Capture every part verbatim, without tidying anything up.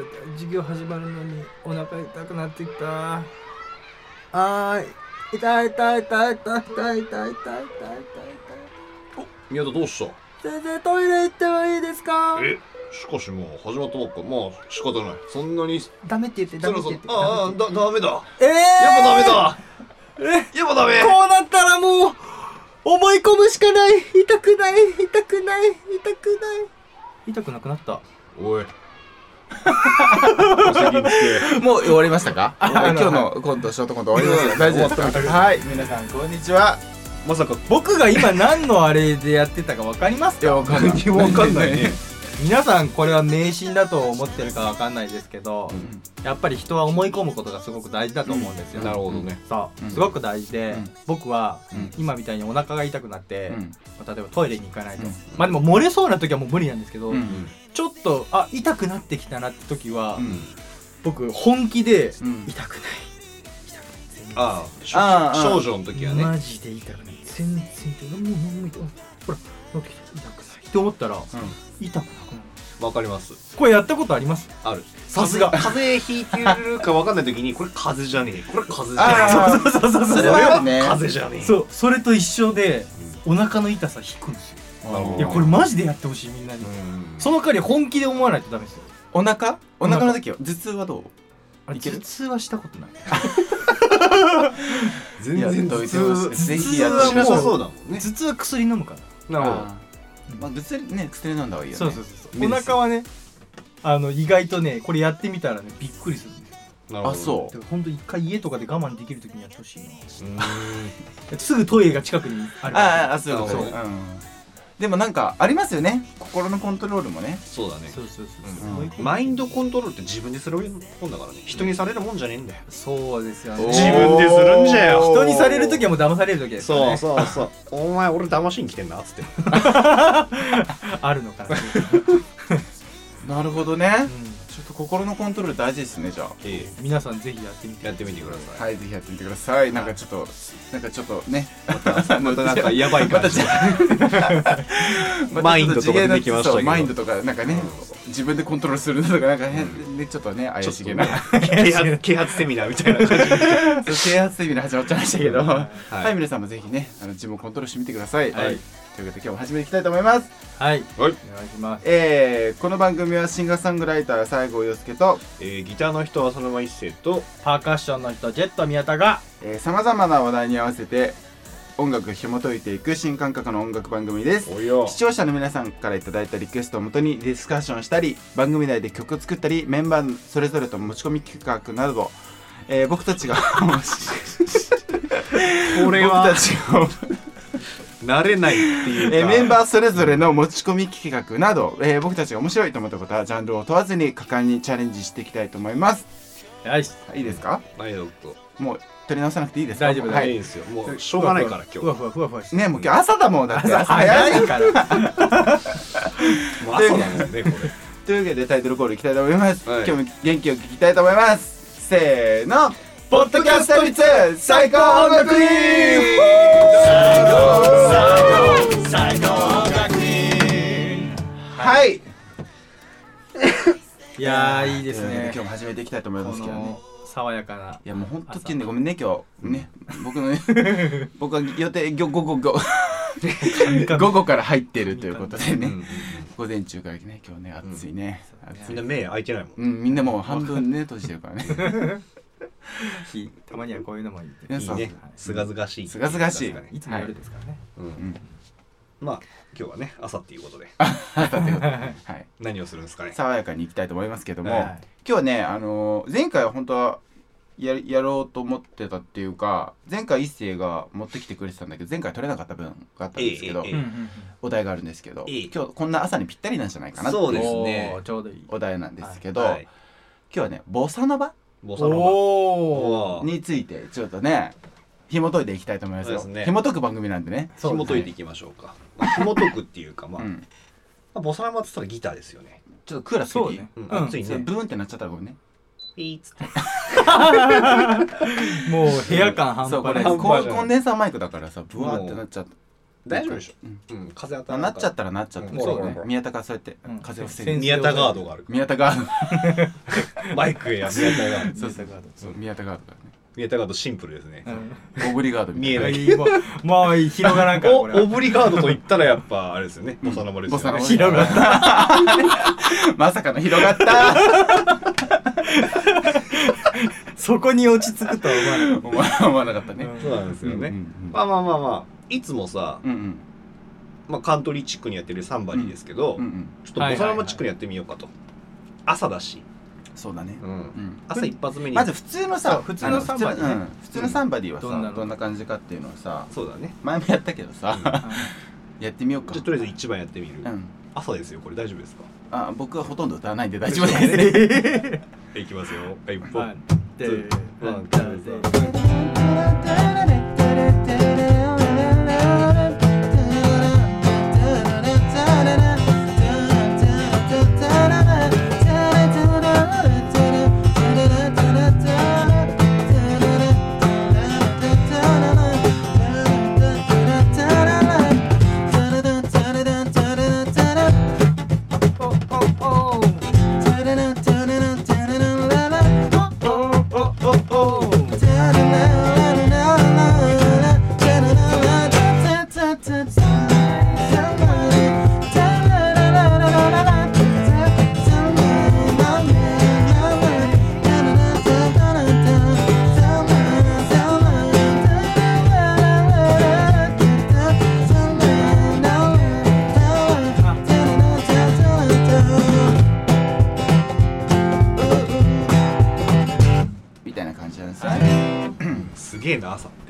授業始まるのにお腹痛くなってきた。あー痛い痛い痛い痛い痛い痛い痛い痛い痛い。 お、宮田どうした？ 先生トイレ行ってもいいですか？ え、しかしもう始まったばっか。まあ仕方ない。そんなにダメって言ってダメって言って。 ああ、だ、ダメだ。 えー、 やっぱダメだ。 え、 やっぱダメ。 こうなったらもう思い込むしかない。痛くない痛くない痛くない。痛くなくなった。 おいもう終わりましたか？今日のコント、ショートコント終わりました。大丈夫ですか？はい、皆さんこんにちは。 まさか僕が今何のあれでやってたか分かりますか？ いや、分かんない。 分かんないね。 皆さんこれは迷信だと思ってるか分かんないですけど、うん、やっぱり人は思い込むことがすごく大事だと思うんですよ、 うん、なるほどね。 そう、うん、すごく大事で、うん、僕は、うん、今みたいにお腹が痛くなって、うん、例えばトイレに行かないと、うん、まあでも漏れそうな時はもう無理なんですけど、うん、ちょっとあ痛くなってきたなって時は、うん、僕本気で、うん、痛くない痛くない全然ああ少女の時はねマジで痛くない全然痛くないもうもう痛くないほらなってきた痛くないって思ったら、うん、痛くなくなる。 わかります。 これやったことあります？ ある。 さすが。 風邪ひいてるかわかんない時にこれ風邪じゃねえ。これ風邪じゃねえ。 そうそうそうそう。 それはね。 風邪じゃねえ。 そう、それと一緒で、うん、お腹の痛さ引くんですよ。なるほど。いやこれマジでやってほしいみんなに。その代わり本気で思わないとダメですよ。 お腹？お腹の時は頭痛はどう？ あれ頭痛はしたことない。 全然頭痛ぜひやってなさそうだもんね。 頭痛は薬飲むから。 なるほど。 まあ薬ね薬飲んだ方がいいよね。 そうそうそう。お腹はね。あの意外とねこれやってみたらねびっくりするんですよ。 なるほど。 あ、そう。 本当一回家とかで我慢できるときにやってほしいな。すぐトイレが近くにある。 ああ、そうそう。でもなんかありますよね。心のコントロールもね。 そうだね。 そうそうそう。 マインドコントロールって自分でするもんだからね。人にされるもんじゃねえんだよ。 そうですよね。 自分でするんじゃよ。 人にされるときはもう騙されるときですね。そうそうそう。お前俺騙しに来てんなっつって。 あるのかな。 なるほどね、うん、ちょっと心のコントロール大事ですね。じゃあ、 ええ、皆さんぜひやってみてやってみてください。 はい、ぜひやってみてください。なんかちょっとなんかちょっとねまたまたなんかやばい感じマインドとか出てきましたけど、 マインドとかなんかね、うん、自分でコントロールするのとかなんかね、うん、ちょっとね怪しげな啓発啓発セミナーみたいな感じで啓発セミナー始まっちゃいましたけど、はい、はい、皆さんもぜひねあの自分をコントロールしてみてください。はい、ということで今日も始めていきたいと思います。 はい、 はい、お願いします。 えー、この番組はシンガーソングライター西郷陽介と、 えー、ギターの人はそのまま一世とパーカッションの人ジェット宮田がさまざまな話題に合わせて音楽を紐解いていく新感覚の音楽番組です。視聴者の皆さんからいただいたリクエストをもとにディスカッションしたり番組内で曲を作ったりメンバーそれぞれと持ち込み企画など、えー、僕たちがこれは僕たちを慣れないっていうか、 えー、メンバーそれぞれの持ち込み企画など、えー、僕たちが面白いと思ったことはジャンルを問わずに果敢にチャレンジしていきたいと思います。 はい、 いいですか？ はい、どうぞ。 もう取り直さなくていいですか？ 大丈夫、 はい、いいですよ。もうしょうがないから今日。 ふわふわふわふわしてね、もう今日朝だもん。だって朝早いから。 もう朝だもんねこれ。 というわけでタイトルコールいきたいと思います。はい、今日も元気を聞きたいと思います。せーの。ポッドキャスト率最高音楽院。最高最高最高音楽院。はい。 いやーいいですね。 今日も始めていきたいと思いますけどね。 爽やかな。 いやもう本当にねごめんね今日ね僕の僕は予定午後午後午後から入ってるということでね午前中からね今日ね暑いね。 みんな目開いてないもん。 うんみんなもう半分ね閉じてるからね。 たまにはこういうのもいいね。すがすがしい。 すがすがしい。 いつも夜ですからね。 まあ今日はね朝っていうことで。 朝っていうことで。はい。 何をするんですかね。 爽やかにいきたいと思いますけども、今日はねあの前回は本当はややろうと思ってたっていうか前回一星が持ってきてくれてたんだけど前回取れなかった分があったんですけど、お題があるんですけど、今日こんな朝にぴったりなんじゃないかなっていうお題なんですけど、今日はねボサノバ。 ボサノバについてちょっとね紐解いていきたいと思いますよ。紐解く番組なんでね。 紐解いていきましょうか。紐解くっていうかまあボサノバって言ったらギターですよね。 ちょっとクーラーつけていい？ 暑いね。 ブーンってなっちゃったらごめんね。 ピーッつってもう部屋感半端ない。 コンデンサーマイクだからさブワーってなっちゃった。 大丈夫でしょ。うん、風当たらなっちゃったらなっちゃった。そうね。宮田がそうやって風を防ぐ。 宮田ガードがある。 宮田ガード。バイクや宮田ガード。 そうそうそう。宮田ガードだね。 宮田ガードシンプルですね。 オブリガード見えない。 まあ広がらんからこれ。 オブリガードと言ったらやっぱあれですよね。ボサノバですよね。 広がった。 まさかの広がった。 そこに落ち着くとは思わなかった。思わなかったね。 そうなんですよね。まあまあまあまあいつもさ、まあカントリーチックにやってるサンバリーですけど、ちょっとボサノバチックにやってみようかと。朝だし。 そうだね。 朝一発目にまず普通のさ、 普通のサンバディ、 普通のサンバディはさどんな感じかっていうのはさ、 そうだね。 前もやったけどさ、やってみようか。 じゃあとりあえず一番やってみる。朝ですよこれ大丈夫ですか？ あ、僕はほとんど歌わないんで大丈夫です。 いきますよ。はい、ポン。 で、ワン、ツー、 朝って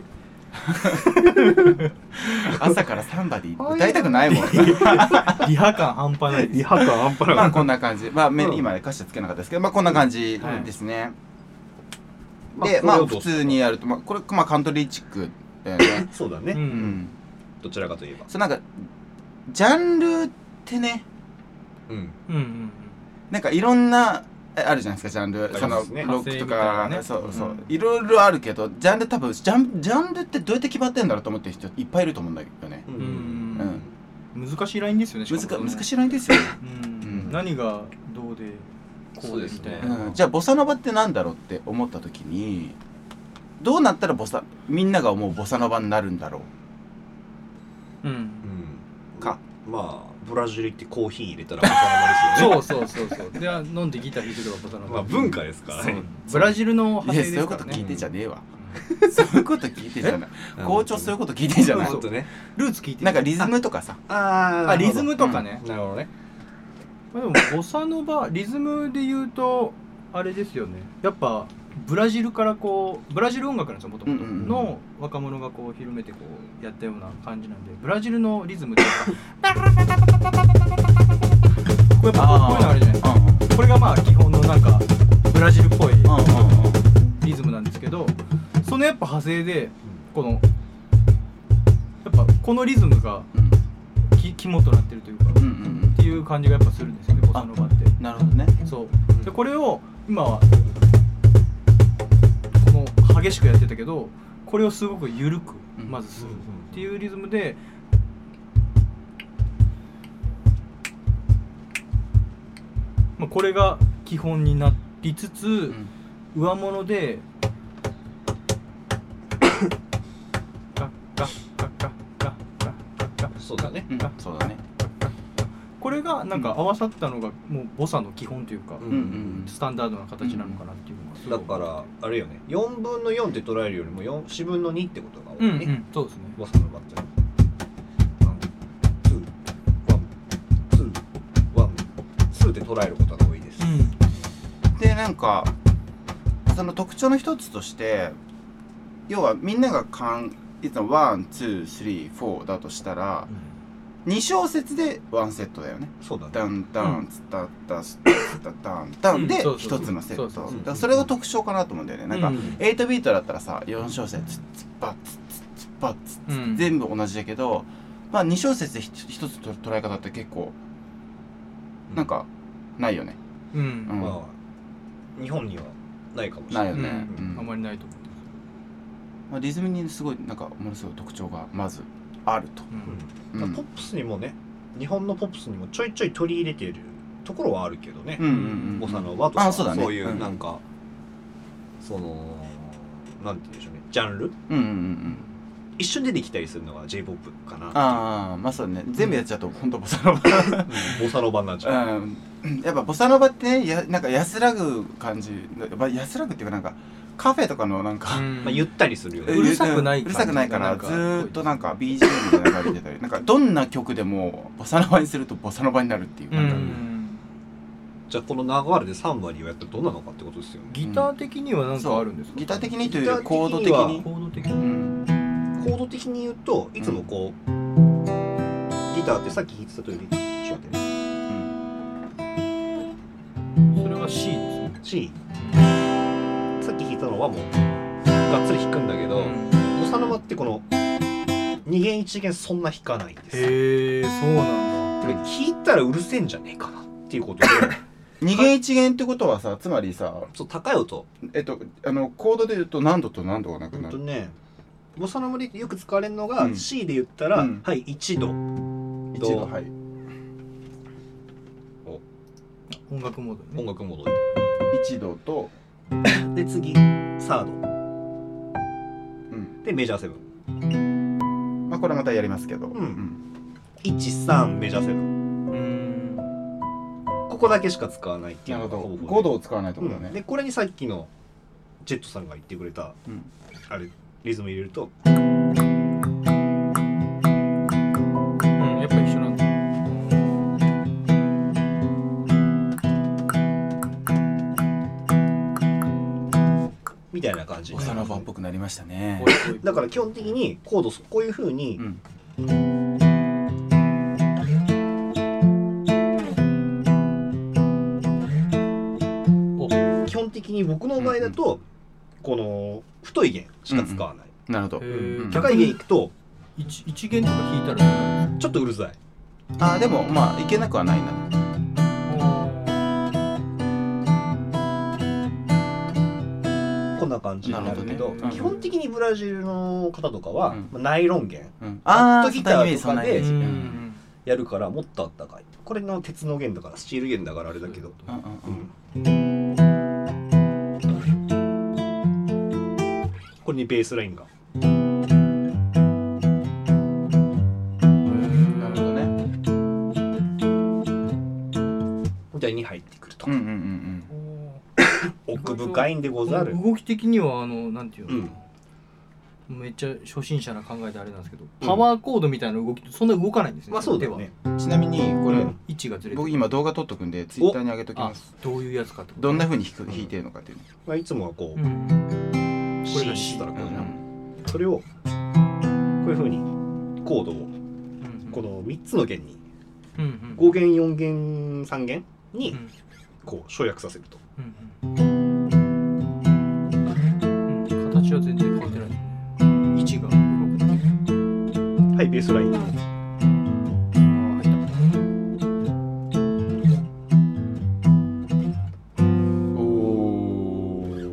朝からサンバディ歌いたくないもん。 リハ感半端ない。 リハ感半端ない。 まあこんな感じ。まあ今ね歌詞はつけなかったですけど、まあこんな感じですね。でまあ普通にやると、まあこれまあカントリーチックだよね。 そうだね。うん。どちらかといえば。 そうなんかジャンルってね。 うんうんうんなんかいろんなあるじゃないですかジャンル、そのロックとかそうそういろいろあるけどジャンル多分ジャンジャンルってどうやって決まってんだろうと思ってる人いっぱいいると思うんだよね。 うん難しいラインですよね。 難しいラインですよね。 何がどうでこうでみたいな。 じゃあボサノバってなんだろうって思った時にどうなったらボサみんなが思うボサノバになるんだろう。うんかまあブラジル行ってコーヒー入れたらボサノバですよね。 そうそうそうそう。で飲んでギター弾いてればボサノバ。 まあ文化ですからね。 ブラジルの派生ですからね。そういうこと聞いてんじゃねえわ。そういうこと聞いてんじゃない。校長そういうこと聞いてんじゃない。 本当ね。 ルーツ聞いて。 なんかリズムとかさ。 ああリズムとかね。 なるほどね。 でもボサノバリズムで言うとあれですよね。やっぱブラジルからこうブラジル音楽なんですよもともとの若者がこう広めてこうやったような感じなんでブラジルのリズムっていうかこれやっぱこういうのあるじゃないですか。これがまあ基本のなんかブラジルっぽいリズムなんですけどそのやっぱ派生でこのやっぱこのリズムが肝となってるというかっていう感じがやっぱするんですよねボサノバって。 なるほどね。 そうでこれを今は激しくやってたけどこれをすごく緩くまずするっていうリズムでまあこれが基本になりつつ上物でガッガッガッガッガッガッガッガッそうだねそうだねこれがなんか合わさったのがもうボサの基本というかスタンダードな形なのかなっていうのがだからあれよねよんぶんのよんって捉えるよりもよんぶんのにってことが多いね。 うんうんそうですね。 ボサノバってワンツーワンツーワンツーって捉えることが多いです。 でなんかその特徴の一つとして要はみんながかんいつもワンツースリーフォーだとしたらに小節でワンセットだよね。 そうだね。 ダンダンツタタスタスタダンダンで一つのセット。だからそれが特徴かなと思うんだよね。なんかエイトビートだったらさよん小節ツッツッパッツッツッツッパッツッツ全部同じだけど、まあに小節で一つ捉え方って結構なんかないよね。 うん。 まあ日本にはないかもしれない。 ないよね。 あまりないと思う。 まあリズムにすごいなんかものすごい特徴がまずあると、 うんうん、ポップスにもね日本のポップスにもちょいちょい取り入れてるところはあるけどね、うんうんうん、ボサノバとか そ,、ね、そういうなんか、うん、そのなんて言うんでしょうねジャンル、うんうんうん、一緒に出てきたりするのが J-ポップ かな。 ああまあそうね全部やっちゃうと本当ボサノバ、 うん、ボサノバになっちゃう、 うん、やっぱボサノバってねやなんか安らぐ感じ安らぐっていうかなんかカフェとかのなんか、 うんまあ、ゆったりするよね。 うるさくない、 うるさくないからずーっとなんか ビージーエム で流れてたりなんかどんな曲でもボサノバにするとボサノバになるっていうなんか、うん、 じゃあこの流れでサンバリーをやったらどうなのかってことですよね。 ギター的には何かあるんですか？ ギター的にというよりコード的にコード的に、 うん、コード的に言うといつもこう、うん、ギターってさっき弾いてた通りちょっと待ってね、 うん、それは C ですね。 Cさっき弾いたのはもうがっつり弾くんだけど、うん、ボサノバってこのに弦いち弦そんな弾かないんです。 へえそうなんだ。 弾いたらうるせえんじゃねえかなっていうことでに弦いち弦ってことはさつまりさそう高い音えっとあのコードで言うと何度と何度がなくなる。 ほんとねボサノバでよく使われるのが、うん、C で言ったら、うん、はいいちどいちどはいお音楽モードね。 音楽モードでいちどとで次サード、うん、でメジャーセブン、まあこれまたやりますけど、うんうん、 いちさんメジャーセブン、うん、ここだけしか使わないっていうのがほぼほぼごどを使わないってことね、 うん、でこれにさっきのジェットさんが言ってくれた、うん、あれリズム入れるとうんやっぱり一緒なんだ。 みたいな感じ。 ボサノバっぽくなりましたね。 だから基本的にコードこういう風に、うん、基本的に僕の場合だと、うんうん、この太い弦しか使わない。 うんうん、なるほど。 高い弦いくと 1, 1弦とか弾いたらちょっとうるさい。 あでもまあいけなくはないな。 こんな感じになるけど、ねうん、基本的にブラジルの方とかは、うん、ナイロン弦、うん、バットギターとかでやるからもっとあったかい。これの鉄の弦だからスチール弦だからあれだけど、うんうん、これにベースラインがなるほどねみたいに入ってくると、 うんうんうんうん奥深いんでござる。 動き的にはあのなんていうの、うん、めっちゃ初心者な考えであれなんですけど、うん、パワーコードみたいな動きってそんな動かないんですね。 まあそうだよね。 ちなみにこれ、うん、 位置がずれて僕今動画撮っとくんでツイッターに上げときます。 どういうやつかってこと、ね、 どんな風に弾く弾いてるのかっていうの、 まあ、いつもはこう、うん、 これが C したらこう、うん、それをこういう風にコードを、うん、このみっつの弦に、うんうん、ご弦よん弦さん弦に、うん、こう省略させると、うんうん形は全然変わってない。位置が動くので。 はい、ベースライン。ああ、入った。 おお。なる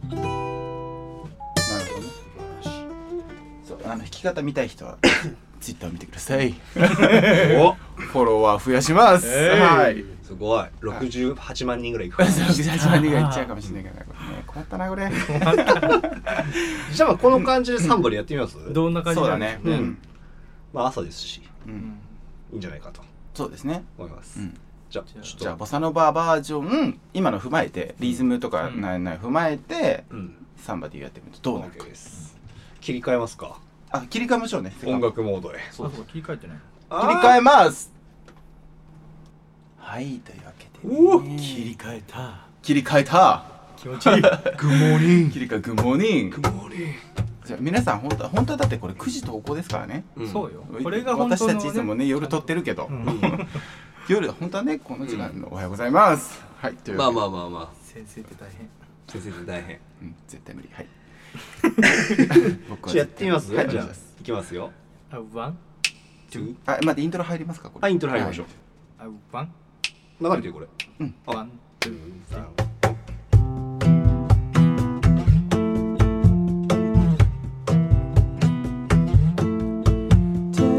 ほどね。そう、あの弾き方見たい人はツイッター見てください。お、フォロワー増やします。えー、はい。 すごい。ろくじゅうはちまん人ぐらいいくかろくじゅうはちまん人ぐらいいっちゃうかもしれないからね。困ったなこれ。 じゃあこの感じでサンバでやってみます？ どんな感じなんですか？そうだね。うん。 まあ朝ですし、うん、いいんじゃないかと。 そうですね。 思います。うん、じゃあじゃあボサノババージョン今の踏まえてリズムとかないない踏まえて、うん、サンバでやってみるとどうなるかです。 切り替えますか？ あ、切り替えましょうね。 音楽モードへ。 そうそう、切り替えてない。 切り替えます。はいというわけで、 ね、切り替えた。 切り替えた。 気持ちいい。グッモーニング。 切り替えグッモーニング。 グッモーニング。 じゃあ皆さん本当は本当はだってこれくじ投稿ですからね。 うん、そうよ。これが本当の、ね、 私たちいつもね夜撮ってるけど、うん、夜本当はねこの時間のおはようございます。うん、はいというまあまあまあまあ。 先生って大変。 先生って大変。 うん、絶対無理。はい。 僕はやってみます。はい、じゃあいきますよ。 あ、ワン、ツー。 あ、待ってイントロ入りますかこれ。 あ、イントロ入りましょう。 あ、ワン。 流れてるこれ。 うん。ワン、ツー、サン。 Take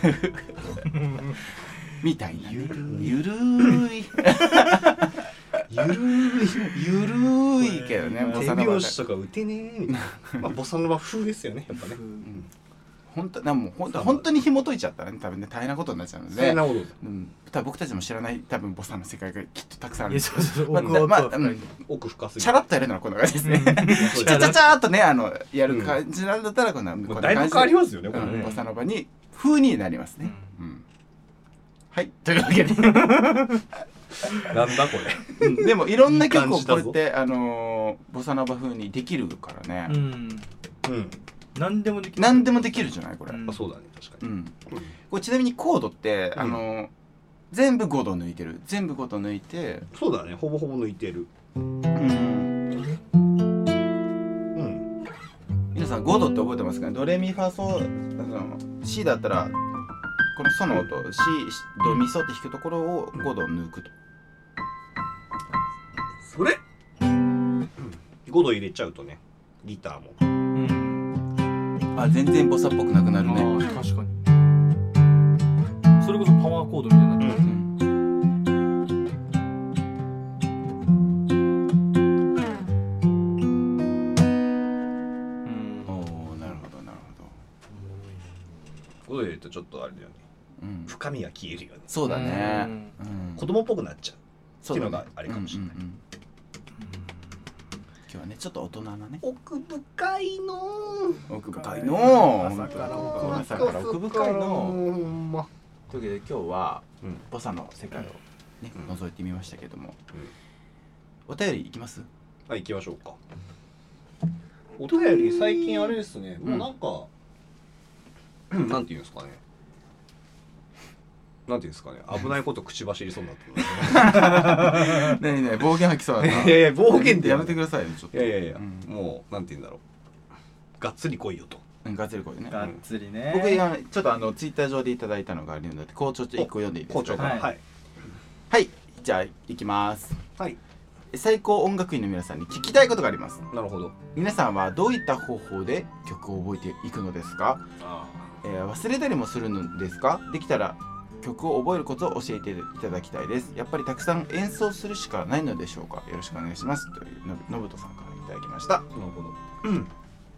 みたいな、ね、 ゆるゆるーいゆるーいゆるーいけどね、 手拍子とか打てねえみたいな、まあ、ボサノバ風ですよねやっぱね、うん、 本当なんも本当本当に紐解いちゃったらね多分ね大変なことになっちゃうので、 大変なこと、 うん、多分僕たちも知らない多分ボサの世界がきっとたくさんあるんですけど、 まあまあうん、 奥深すぎチャラッとやるのはこんな感じですね、うん、ちゃちゃちゃーっとねあのやる感じなんだったらこんな、うん、こんな感じでだいぶ変わりますよねこれね、うん、ボサノバに風になりますね、うんうん、はいというわけでなんだこれ、うん、 でもいろんな曲をこうやってあのー、ボサノバ風にできるからね、うん、 うん、何でもできる何でもできるじゃないこれ、うん、 あそうだね確かに、うん、 これちなみにコードって、うん、あのー、全部ごど抜いてる全部ごど抜いてそうだねほぼほぼ抜いてるうん、うん、皆さんごどって覚えてますかねドレミファソあの C だったらこのソの音 C ドミソって弾くところをごど抜くとそれ、うん、ごど入れちゃうとねギターも、うん、 あ全然ボサっぽくなくなるねあ確かにそれこそパワーコードみたいになってますね、うんごど入れるとちょっとあれだよね、うん、深みが消えるよねそうだね、 うん、子供っぽくなっちゃうっていうのがあれかもしれない、うんうんうん、 今日はねちょっと大人なね奥深いの奥深いの朝から朝から奥深いのというわけで今日は、うん、ボサの世界をね、うん、覗いてみましたけども、うん、お便りいきます？ はい行きましょうか。お便り最近あれですね、もうなんかなんていうんですかねなんていうんですかね危ないこと口走りそうになってますねえねえ暴言吐きそうだな。 いやいや暴言ってやめてくださいねちょっと。 いやいやいや、うん、もうなんていうんだろうがっつり来いよと。 うん、がっつり来いね。 がっつりね。 僕今ちょっとあのツイッター上でいただいたのがあるので校長ちょっと一個読んでいいですか。 校長から、はい、はい、 はい、じゃあいきます。 はい。 最高音楽院の皆さんに聞きたいことがあります。 なるほど。 皆さんはどういった方法で曲を覚えていくのですか？あ、えー、忘れたりもするのですか？できたら曲を覚えるコツを教えていただきたいです。やっぱりたくさん演奏するしかないのでしょうか？よろしくお願いしますというのぶとさんからいただきました。なるほど。 うん。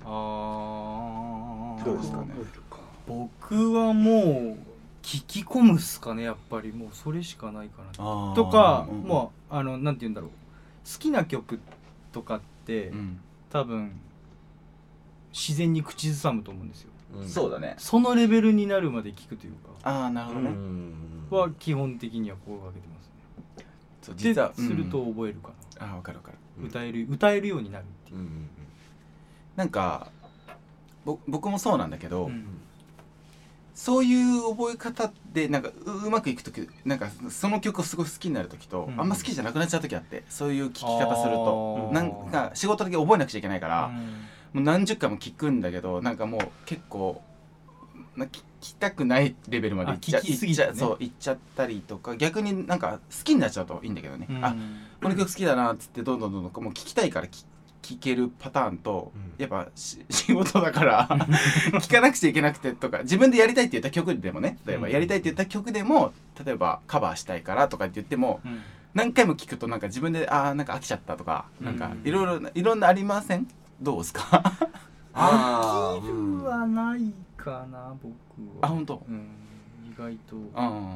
ああ。どうですかね。 僕はもう聞き込むっすかね。やっぱりもうそれしかないかな。とか、うん、もうあのなんて言うんだろう。好きな曲とかって、うん、多分自然に口ずさむと思うんですよ、 うん、そうだね。 そのレベルになるまで聞くというか、 ああなるほどね、 は基本的には心がけてますね。そう実はすると覚えるかな、 うん、ああ分かる分かる、 うん、歌える歌えるようになるっていう、うんうんうん、 なんかぼ僕もそうなんだけど、うん、そういう覚え方でなんか う, うまくいくときなんかその曲をすごい好きになるときと、うん、あんま好きじゃなくなっちゃうときあって、そういう聴き方するとなんか仕事だけ覚えなくちゃいけないから、うん、もう何十回も聴くんだけどなんかもう結構聴きたくないレベルまでいっちゃ、ね、いっちゃそういっちゃったりとか、逆になんか好きになっちゃうといいんだけどね、うん、あこの曲好きだなっつってどんどんどんどんもう聴きたいから聴聞けるパターンと、うん、やっぱ仕事だから聞かなくちゃいけなくてとか、自分でやりたいって言った曲でもね、例えばやりたいって言った曲でも例えばカバーしたいからとかって言っても、うん、何回も聞くとなんか自分であーなんか飽きちゃったとか、うん、なんかいろいろいろんなありません？どうですか？ 飽きるはないかな僕は。 あ本当、うん、 意外と、うん、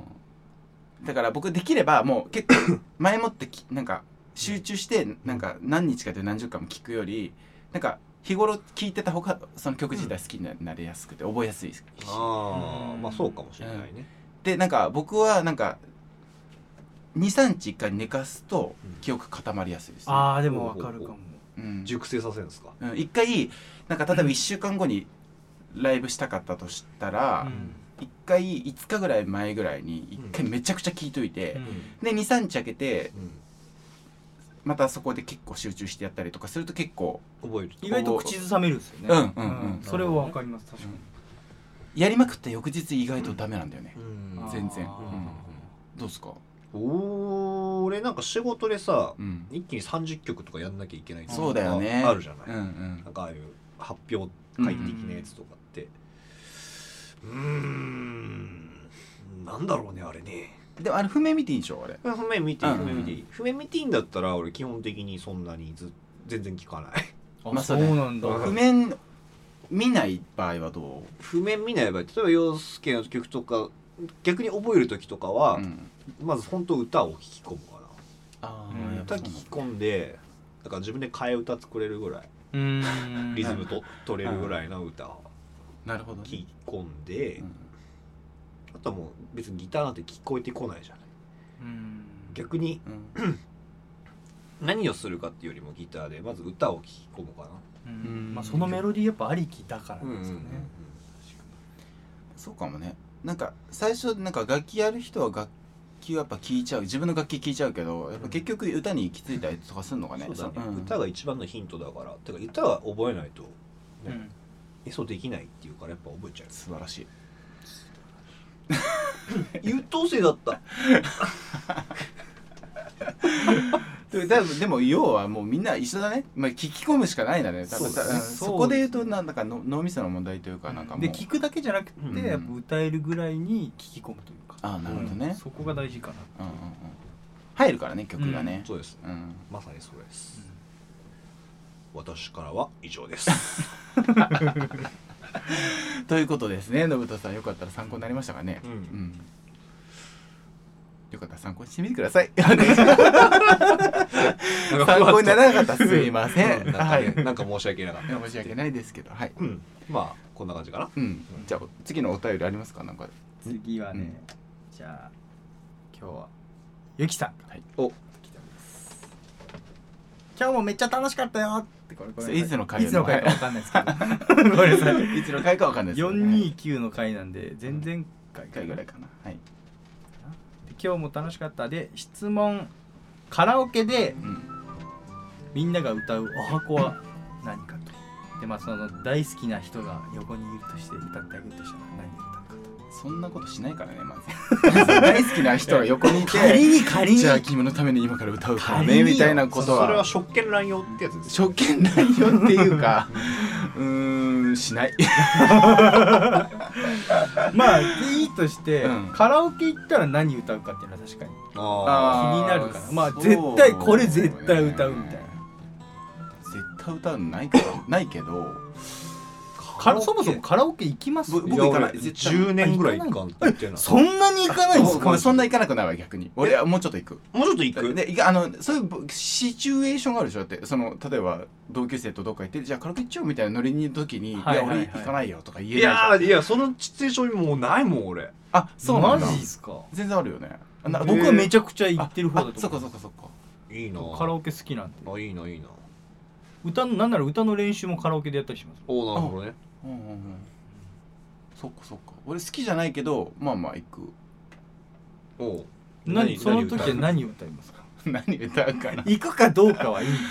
だから僕できればもう結構前もってきなんか集中してなんか何日かで何十回も聴くよりなんか日頃聴いてた方がその曲自体好きになりやすくて覚えやすいし、 うん、ああまあそうかもしれないね、うん、 でなんか僕はなんか にさんにちいっかい寝かすと記憶固まりやすいです、ね、 ああでも分かるかも、 うん、熟成させるんですか、 うん、いっかいなんか例えばいっしゅうかんごにライブしたかったとしたら、うん、いっかいいつかぐらい前ぐらいにいっかいめちゃくちゃ聴いといて、うん、で にさんにち空けて、うんまたそこで結構集中してやったりとかすると結構覚える。意外と口ずさめるんですよね。 うんうんうん。 それは分かります。確かに。 やりまくって翌日意外とダメなんだよね。うん、全然、うん。どうですか？ お俺なんか仕事でさ、うん、一気にさんじゅっきょくとかやんなきゃいけないそうだよね。 あるじゃない。 うんうん。 なんかああいう発表会的なやつとかって、うーん。 なんだろうねあれね。 でもあれ譜面見ていいんでしょあれ。 譜面見ていい、譜面見ていい。譜面見ていいんだったら俺基本的にそんなにず全然聞かない。 あ、まあ、そうなんだ。 譜面見ない場合はどう？ 譜面見ない場合、例えば陽介の曲とか逆に覚える時とかは、うん、まず本当歌を聴き込むかな。あ、うん、歌聴き込んで、だから自分で替え歌作れるぐらい、うん、リズムと取れるぐらいの歌を聴き込んで、うん、あとはもう別にギターなんて聞こえてこないじゃない。うん、逆に、うん、何をするかっていうよりもギターでまず歌を聴き込むかな。 うん、まあ、そのメロディーやっぱありきだからなんですよね、うんうんうん、 そうかもね。なんか最初なんか楽器やる人は楽器をやっぱ聴いちゃう、自分の楽器聴いちゃうけどやっぱ結局歌に行き着いたりとかするのかね。 そうだね、うん、歌が一番のヒントだから。てか歌は覚えないと、ね、うん、演奏できないっていうからやっぱ覚えちゃう。 素晴らしい。 優等生だったで, でも要はもうみんな一緒だね、まあ、聞き込むしかないんだね多分。 そうだね。そこで言うとなんだかの脳みその問題というかなんかもうで聞くだけじゃなくて、うん、やっぱ歌えるぐらいに聞き込むというか。 ああなるほどね、うん、 そこが大事かな、うんうんうん、 入るからね曲がね、 うん、そうです、うん、まさにそうです、うん、私からは以上ですということですね。信人さんよかったら参考になりましたかね、うんうん、よかったら参考にしてみてください参考にならなかったらすいません、 うん、なんか、ね、はい、なんか申し訳なかった申し訳ないですけど、はい、 うん、まあこんな感じかな、 うん、じゃあ次のお便りありますか？なんか次はね、うん、じゃあ今日はゆきさんから、はい、お来てます。今日もめっちゃ楽しかったよってこれこれいつの回いつの回かわかんないですけどごめんなさいいつの回かわかんないですけど、ね、 よんにーきゅうの回なんで前々回ぐらいかな。はい。 で今日も楽しかったで質問、カラオケで、うん、みんなが歌うお箱は何かと。でまあその大好きな人が横にいるとして歌ってあげるとしたら何を歌うかと。 そんなことしないからねまず大好きな人が横にいて仮に仮にじゃあ君のために今から歌うからねみたいなことはそれは職権乱用ってやつです。 職権乱用っていうかうーんしないまあいいとして、うん、カラオケ行ったら何歌うかっていうのは確かにあ気になるからまあ絶対これ絶対歌うみたいな、 絶対歌うのないからないけどそもそもカラオケ行きます？ 僕行かない。 じゅうねんぐらい行かんって言ってんの。 そんなに行かないんですか？ そんな行かなくないわ逆に。俺はもうちょっと行く。 もうちょっと行く。 であのそういうシチュエーションがあるでしょ。だってその例えば同級生とどっか行ってじゃあカラオケ行っちゃおうみたいなノリにいる時に、はいはいはい、いや俺行かないよとか言えないじゃん。 いやいやそのシチュエーションもうないもん俺。 あそうなんだ。 マジですか？ 全然あるよね。 僕はめちゃくちゃ行ってる方だと思う。 そっかそっかそっか。 いいな。 カラオケ好きなんで。 あいいないいな。 歌のなんなら歌の練習もカラオケでやったりします。 おなるほどね。 うんうんうん、そっかそっか。俺好きじゃないけどまあまあ行く。 お何その時は何を歌いますか？ 何歌うかな。 行くかどうかはいいんです。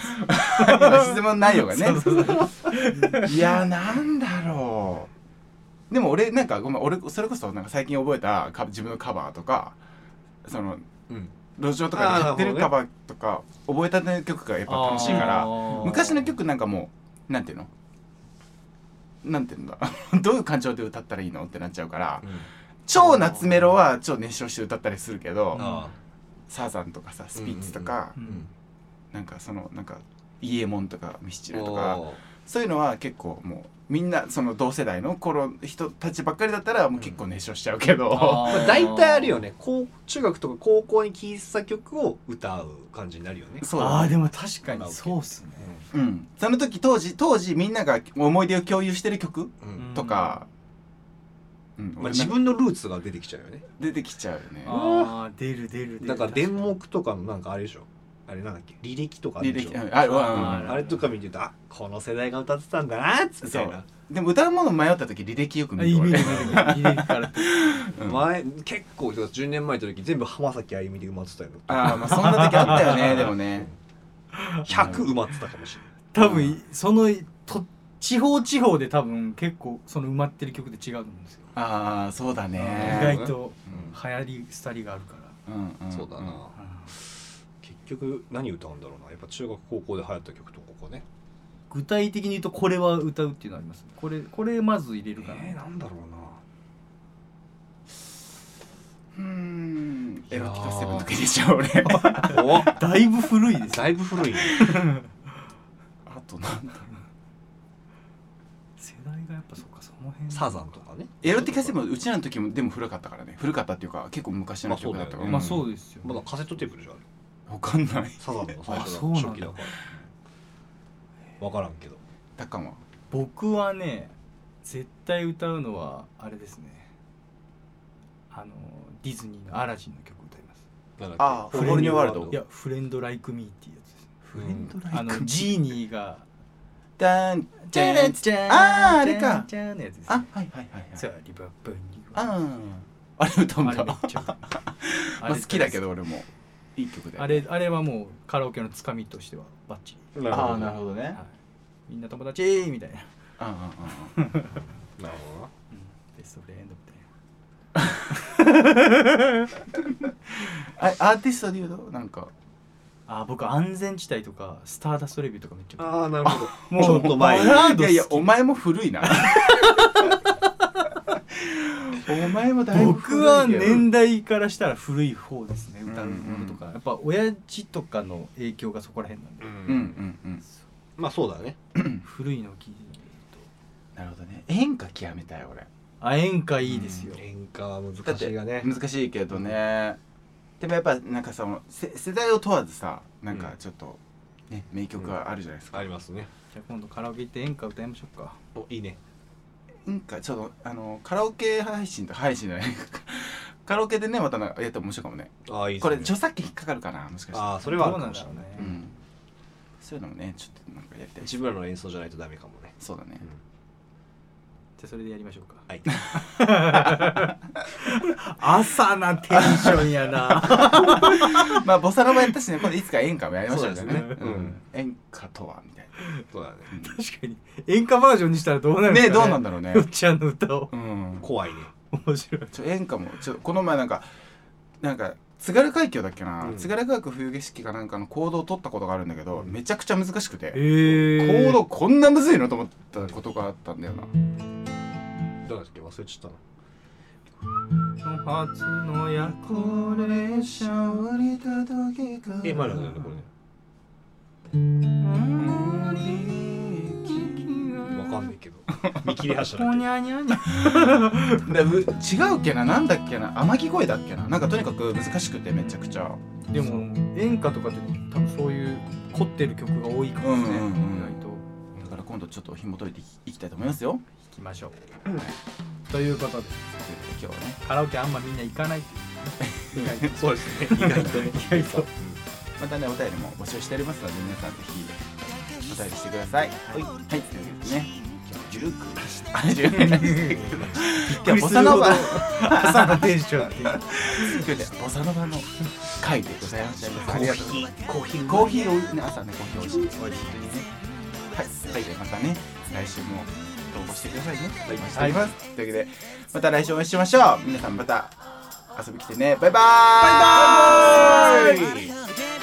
質問内容がね。そうそうそういやなんだろう。でも俺なんかごめん俺それこそなんか最近覚えた自分のカバーとかその、うん、路上とかでやってるカバーとか覚えたての曲がやっぱ楽しいから昔の曲なんかもうなんていうのなんていうんだどういう感情で歌ったらいいのってなっちゃうから、うん、超夏メロは超熱唱して歌ったりするけどサザンとかさスピッツとか、うんうん、なんかそのなんかイエモンとかミスチルとかそういうのは結構もうみんなその同世代の頃人たちばっかりだったらもう結構熱唱しちゃうけど、うんまあ、大体あるよね高中学とか高校に聴いてた曲を歌う感じになるよね。 そうだね。あーでも確かにそうっすね、 うん、その時当時当時みんなが思い出を共有してる曲とか、 うんうんまあ、自分のルーツが出てきちゃうよね。 出てきちゃうよね。 あー出る出る出る。 だから電目とかのなんかあれでしょあれなんだっけ履歴とかあるでしょ。 履歴 あ, あ, あ, あれとか見てるとあこの世代が歌ってたんだなっつみたいな。 でも歌うもの迷った時履歴よく見る。 履歴から前結構じゅうねんまえの時全部浜崎あゆみで埋まってたよ。 ああまあそんな時あったよねでもね。 ひゃく埋まってたかもしれない。 多分そのと地方地方で多分結構その埋まってる曲で違うと思うんですよ。 ああそうだね。 意外と流行り廃りがあるから。 うんうん、そうだな。うん結局何歌うんだろうな。やっぱ中学高校で流行った曲とここね。 具体的に言うとこれは歌うっていうのあります。これこれまず入れるかな。 えー、なんだろうな。 エロティカセブンだけでしょ俺おだいぶ古いですだいぶ古いねあとなんだろう世代がやっぱそっかその辺サザンとかねエロティカセブンうちらの時もでも古かったからね古かったっていうか結構昔の曲だったから、 まあそうですよ、 まだカセットテープでしょわかんないサザンの最初の初期だからわからんけどたっかんは僕はね絶対歌うのはあれですねあのディズニーのアラジンの曲歌います。 ああフレンドワールドいやフレンドライクミーっていうやつです。 フレンドライクミーあのジーニーがダンチャンチャンあああれかチャンのやつです。 あはいはいはいはいそうリバプニあああれ歌うんだあれめっちゃまあ好きだけど俺もいい曲であれあれはもうカラオケのつかみとしてはバッチリ。 ああなるほどね、 はい、みんな友達みたいな。 ああああなるほどベストフレンドみたいな。 あアーティストで言うとなんかあ僕安全地帯とかスターダストレビューとかめっちゃああなるほどもうちょっと前バラード好きいやいやお前も古いなお前もだいぶ古いけど僕は年代からしたら古い方ですね歌うものとか、うんうん、やっぱ親父とかの影響がそこら辺なんで、 うんうんうんまあそうだね古いのを聞いてみるとなるほどね演歌極めたい俺あ演歌いいですよ、 うん、演歌は難しいがね難しいけどね、でもやっぱなんかその世代を問わずさなんかちょっとね、うん、名曲があるじゃないですか、 うん、ありますね。 じゃあ今度カラオケ行って演歌歌いましょうか。 おいいね。 演歌ちょっとあのカラオケ配信と配信じゃないカラオケでねまたやったら面白いかもね。 ああいいですね。 これ著作権引っかかるかなもしかして。 ああそれはあるかもしれない。 ね、 うん、そういうのもねちょっとなんかやりたい。 自分らの演奏じゃないとダメかもね。 そうだね、うん、 じゃあそれでやりましょうか。 はい朝なテンションやなまあボサノバやったしね今度いつか演歌もやりましょうね。 そうですね、 うん、演歌とはみたいな。 そうだね、 うん、確かに演歌バージョンにしたらどうなるんですかね。 ねどうなんだろうね。 よっちゃんの歌を、 うん、 怖いね。 面白い。 ちょ演歌もちょこの前なんかなんか津軽海峡だっけな、うん、津軽海峡冬景色かなんかのコードを取ったことがあるんだけど、うん、めちゃくちゃ難しくて、 えー、 コードこんなむずいのと思ったことがあったんだよな。 どうだっけ忘れちゃったの初の夜行列車降りた時からえまだだよねこれねわかんないけど見切り発車だっけにゃにゃにゃ違うっけななんだっけな天城越えだっけななんかとにかく難しくてめちゃくちゃ。 でも演歌とかって多分そういう凝ってる曲が多いかもね、うんうんうん、意外とだから今度ちょっと紐解いていきたいと思いますよ。 いきましょう、うん、ということで今日はねカラオケあんまみんな行かないっていう意外とそうですね意外とね意外とまたねお便りも募集しておりますので皆さんぜひお便りしてください。はいはいというわけでねゆるくあゆるく今日ボサノバ朝のテンションって今日でボサノバの回でございました。ありがとうございます。 コーヒーコーヒーをね朝ねコーヒー美味しい美味しいね。はいはいでまたね来週も投稿してくださいね。お待ちしております。というわけでまた来週お会いしましょう。皆さんまた遊び来てね。バイバーイ。バイバーイ。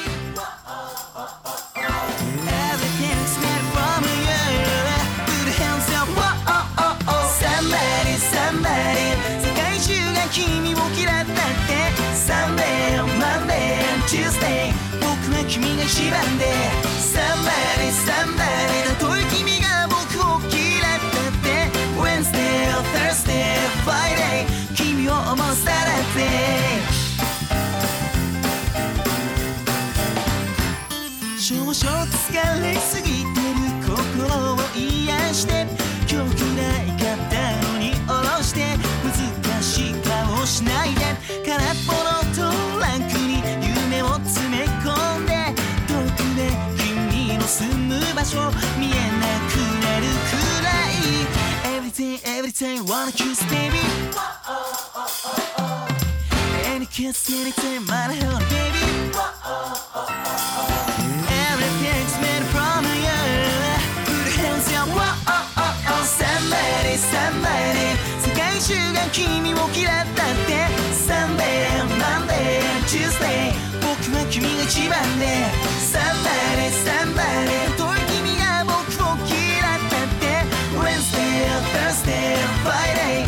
君を嫌ったって Sunday, Monday, Tuesday 僕は君が一番で Somebody, somebody たとえ君が僕を嫌ったって Wednesday, Thursday, Friday 君を思ったらって少々疲れすぎてる心を癒して今日嫌いかったのに下ろして難しい顔しないで空っぽのトランクに夢を詰め込んで遠くで君の住む場所見えなくなるくらい Everything, everything, wanna kiss baby Any kiss, anything, my hell baby Everything's made from you Put your hands up, whoa, oh, oh, oh Somebody, somebody 世界中が君を嫌ったって Sunday, Monday, Tuesday 僕は君が一番で Somebody, somebody たとえ君が僕を嫌ったって Wednesday, Thursday, Friday